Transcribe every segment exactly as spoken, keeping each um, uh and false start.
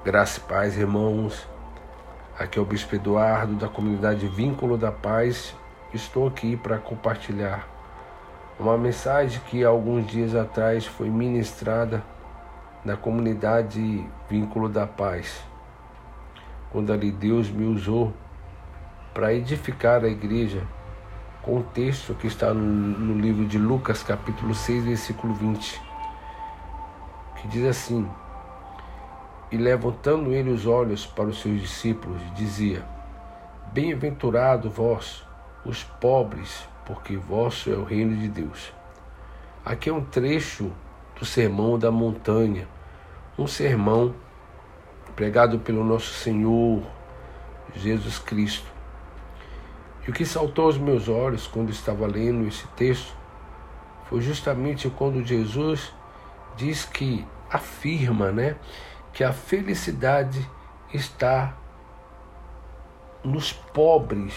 Graça e paz, irmãos. Aqui é o Bispo Eduardo, da comunidade Vínculo da Paz. Estou aqui para compartilhar uma mensagem que alguns dias atrás foi ministrada na comunidade Vínculo da Paz, quando ali Deus me usou para edificar a igreja com o texto que está no, no livro de Lucas, capítulo seis, versículo vinte, que diz assim: E levantando ele os olhos para os seus discípulos, dizia: Bem-aventurado vós, os pobres, porque vosso é o reino de Deus. Aqui é um trecho do Sermão da Montanha, um sermão pregado pelo nosso Senhor Jesus Cristo. E o que saltou aos meus olhos quando estava lendo esse texto foi justamente quando Jesus diz que afirma, né, que a felicidade está nos pobres,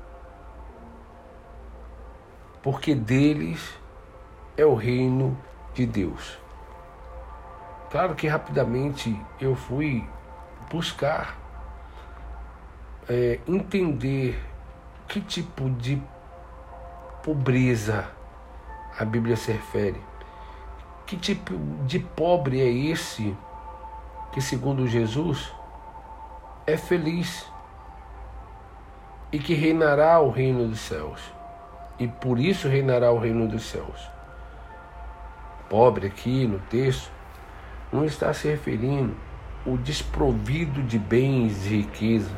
porque deles é o reino de Deus. Claro que rapidamente eu fui buscar é, entender que tipo de pobreza a Bíblia se refere. Que tipo de pobre é esse que, segundo Jesus, é feliz e que reinará o reino dos céus, e por isso reinará o reino dos céus? Pobre aqui no texto não está se referindo ao desprovido de bens e riqueza,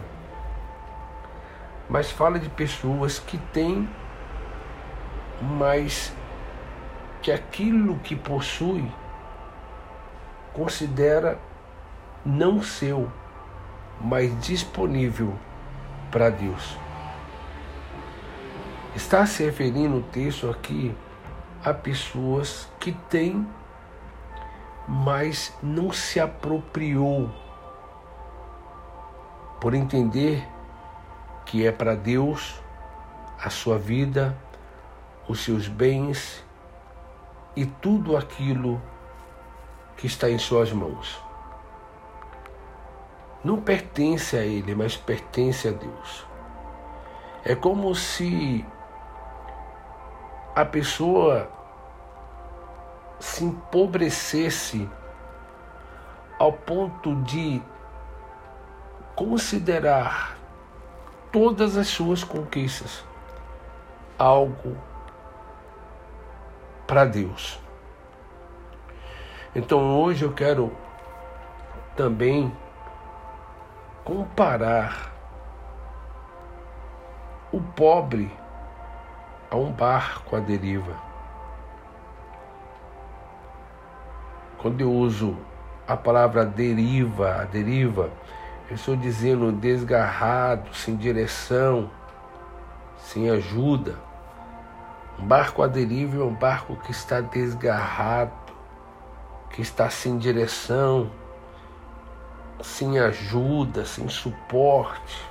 mas fala de pessoas que têm, mas que aquilo que possui considera não seu, mas disponível para Deus. Está se referindo o texto aqui a pessoas que têm, mas não se apropriou, por entender que é para Deus a sua vida, os seus bens e tudo aquilo que está em suas mãos. Não pertence a Ele, mas pertence a Deus. É como se a pessoa se empobrecesse ao ponto de considerar todas as suas conquistas algo para Deus. Então hoje eu quero também comparar o pobre a um barco à deriva. Quando eu uso a palavra deriva, a deriva, eu estou dizendo desgarrado, sem direção, sem ajuda. Um barco à deriva é um barco que está desgarrado, que está sem direção, sem ajuda, sem suporte.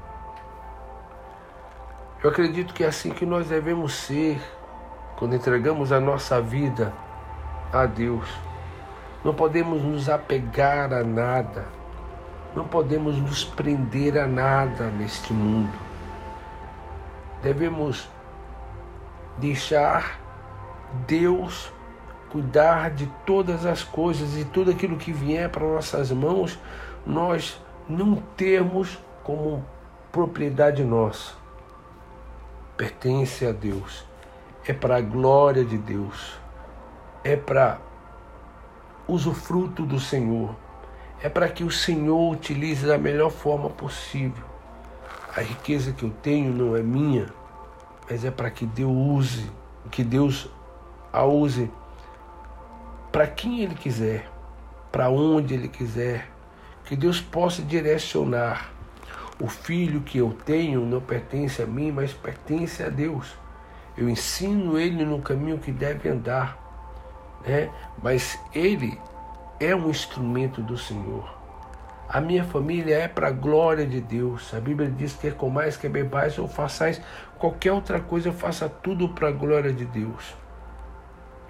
Eu acredito que é assim que nós devemos ser quando entregamos a nossa vida a Deus. Não podemos nos apegar a nada, não podemos nos prender a nada neste mundo. Devemos deixar Deus cuidar de todas as coisas, e tudo aquilo que vier para nossas mãos, nós não termos como propriedade nossa. Pertence a Deus, é para a glória de Deus, é para usufruto do Senhor, é para que o Senhor utilize da melhor forma possível. A riqueza que eu tenho não é minha, mas é para que Deus use, que Deus a use para quem Ele quiser, para onde Ele quiser, que Deus possa direcionar. O filho que eu tenho não pertence a mim, mas pertence a Deus. Eu ensino ele no caminho que deve andar, né? Mas ele é um instrumento do Senhor. A minha família é para a glória de Deus. A Bíblia diz que comais, que bebais ou façais qualquer outra coisa, faça tudo para a glória de Deus.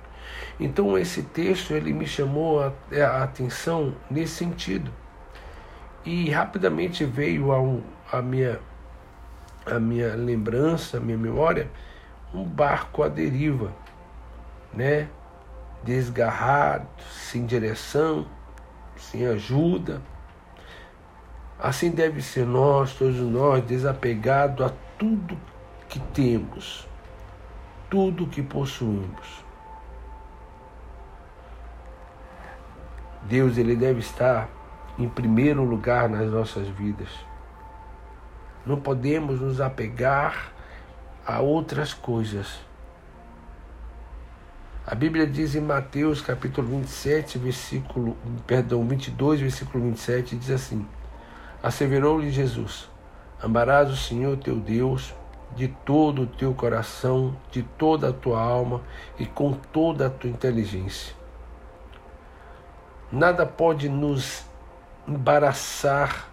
Então esse texto ele me chamou a, a atenção nesse sentido, E rapidamente veio a, um, a, minha, a minha lembrança, a minha memória, um barco à deriva, né? Desgarrado, sem direção, sem ajuda. Assim deve ser nós, todos nós, desapegados a tudo que temos, tudo que possuímos. Deus, ele deve estar em primeiro lugar nas nossas vidas. Não podemos nos apegar a outras coisas. A Bíblia diz em Mateus capítulo vinte e sete, versículo, perdão, vinte e dois, versículo vinte e sete, diz assim: asseverou-lhe Jesus: amarás o Senhor teu Deus de todo o teu coração, de toda a tua alma e com toda a tua inteligência. Nada pode nos embaraçar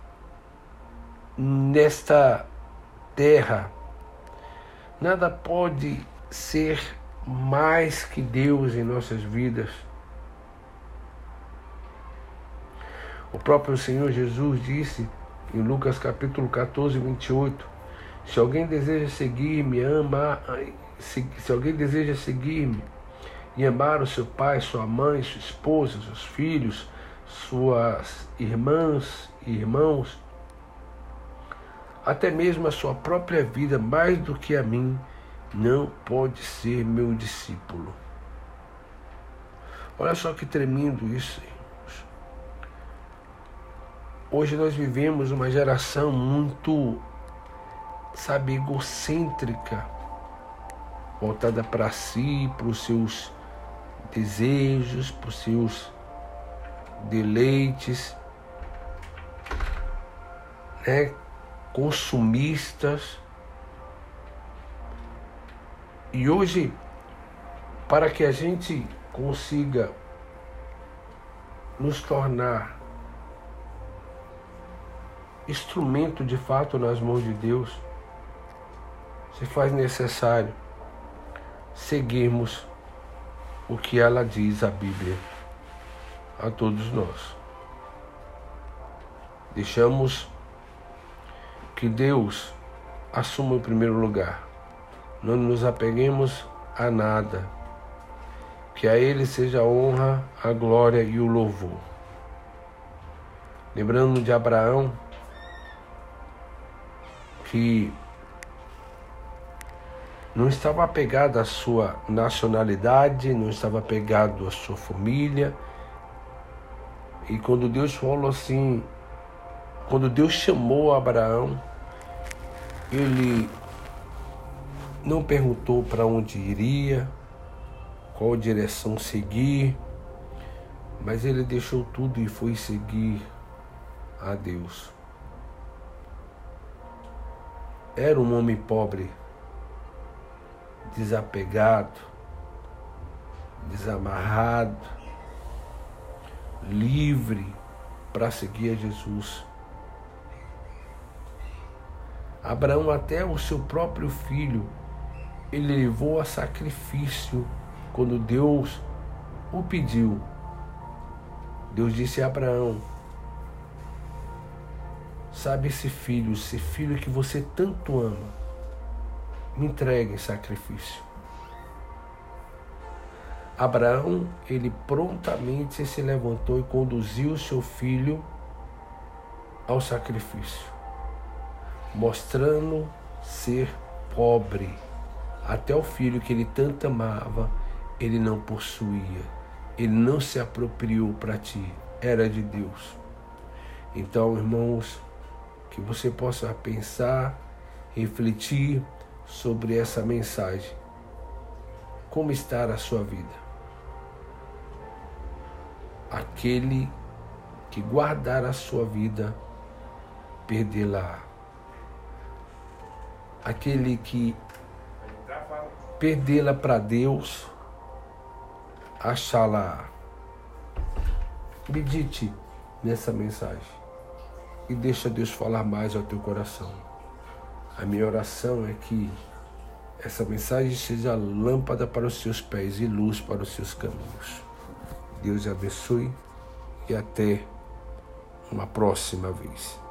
nesta terra. Nada pode ser mais que Deus em nossas vidas. O próprio Senhor Jesus disse em Lucas capítulo catorze, vinte e oito: se alguém deseja seguir-me, ama, se, se alguém deseja seguir-me e amar o seu pai, sua mãe, sua esposa, seus filhos, suas irmãs e irmãos, até mesmo a sua própria vida mais do que a mim, não pode ser meu discípulo. Olha só que tremendo isso, irmãos. Hoje nós vivemos uma geração muito, sabe, egocêntrica, voltada para si, para os seus desejos, para os seus deleites, né? Consumistas. E hoje, para que a gente consiga nos tornar instrumento de fato nas mãos de Deus, se faz necessário seguirmos o que ela diz, a Bíblia, a todos nós. Deixamos que Deus assuma o primeiro lugar. Não nos apeguemos a nada. Que a Ele seja a honra, a glória e o louvor. Lembrando de Abraão, que não estava apegado à sua nacionalidade, não estava apegado à sua família. E quando Deus falou assim, quando Deus chamou Abraão, ele não perguntou para onde iria, qual direção seguir, mas ele deixou tudo e foi seguir a Deus. Era um homem pobre, desapegado, desamarrado, livre para seguir a Jesus. Abraão, até o seu próprio filho, ele levou a sacrifício quando Deus o pediu. Deus disse a Abraão: sabe esse filho, esse filho que você tanto ama, me entregue em sacrifício. Abraão, ele prontamente se levantou e conduziu seu filho ao sacrifício, mostrando ser pobre. Até o filho que ele tanto amava, ele não possuía, ele não se apropriou para ti, era de Deus. Então, irmãos, que você possa pensar, refletir sobre essa mensagem. Como está a sua vida? Aquele que guardar a sua vida, perdê-la. Aquele que perdê-la para Deus, achá-la. Medite nessa mensagem e deixa Deus falar mais ao teu coração. A minha oração é que essa mensagem seja lâmpada para os seus pés e luz para os seus caminhos. Deus abençoe e até uma próxima vez.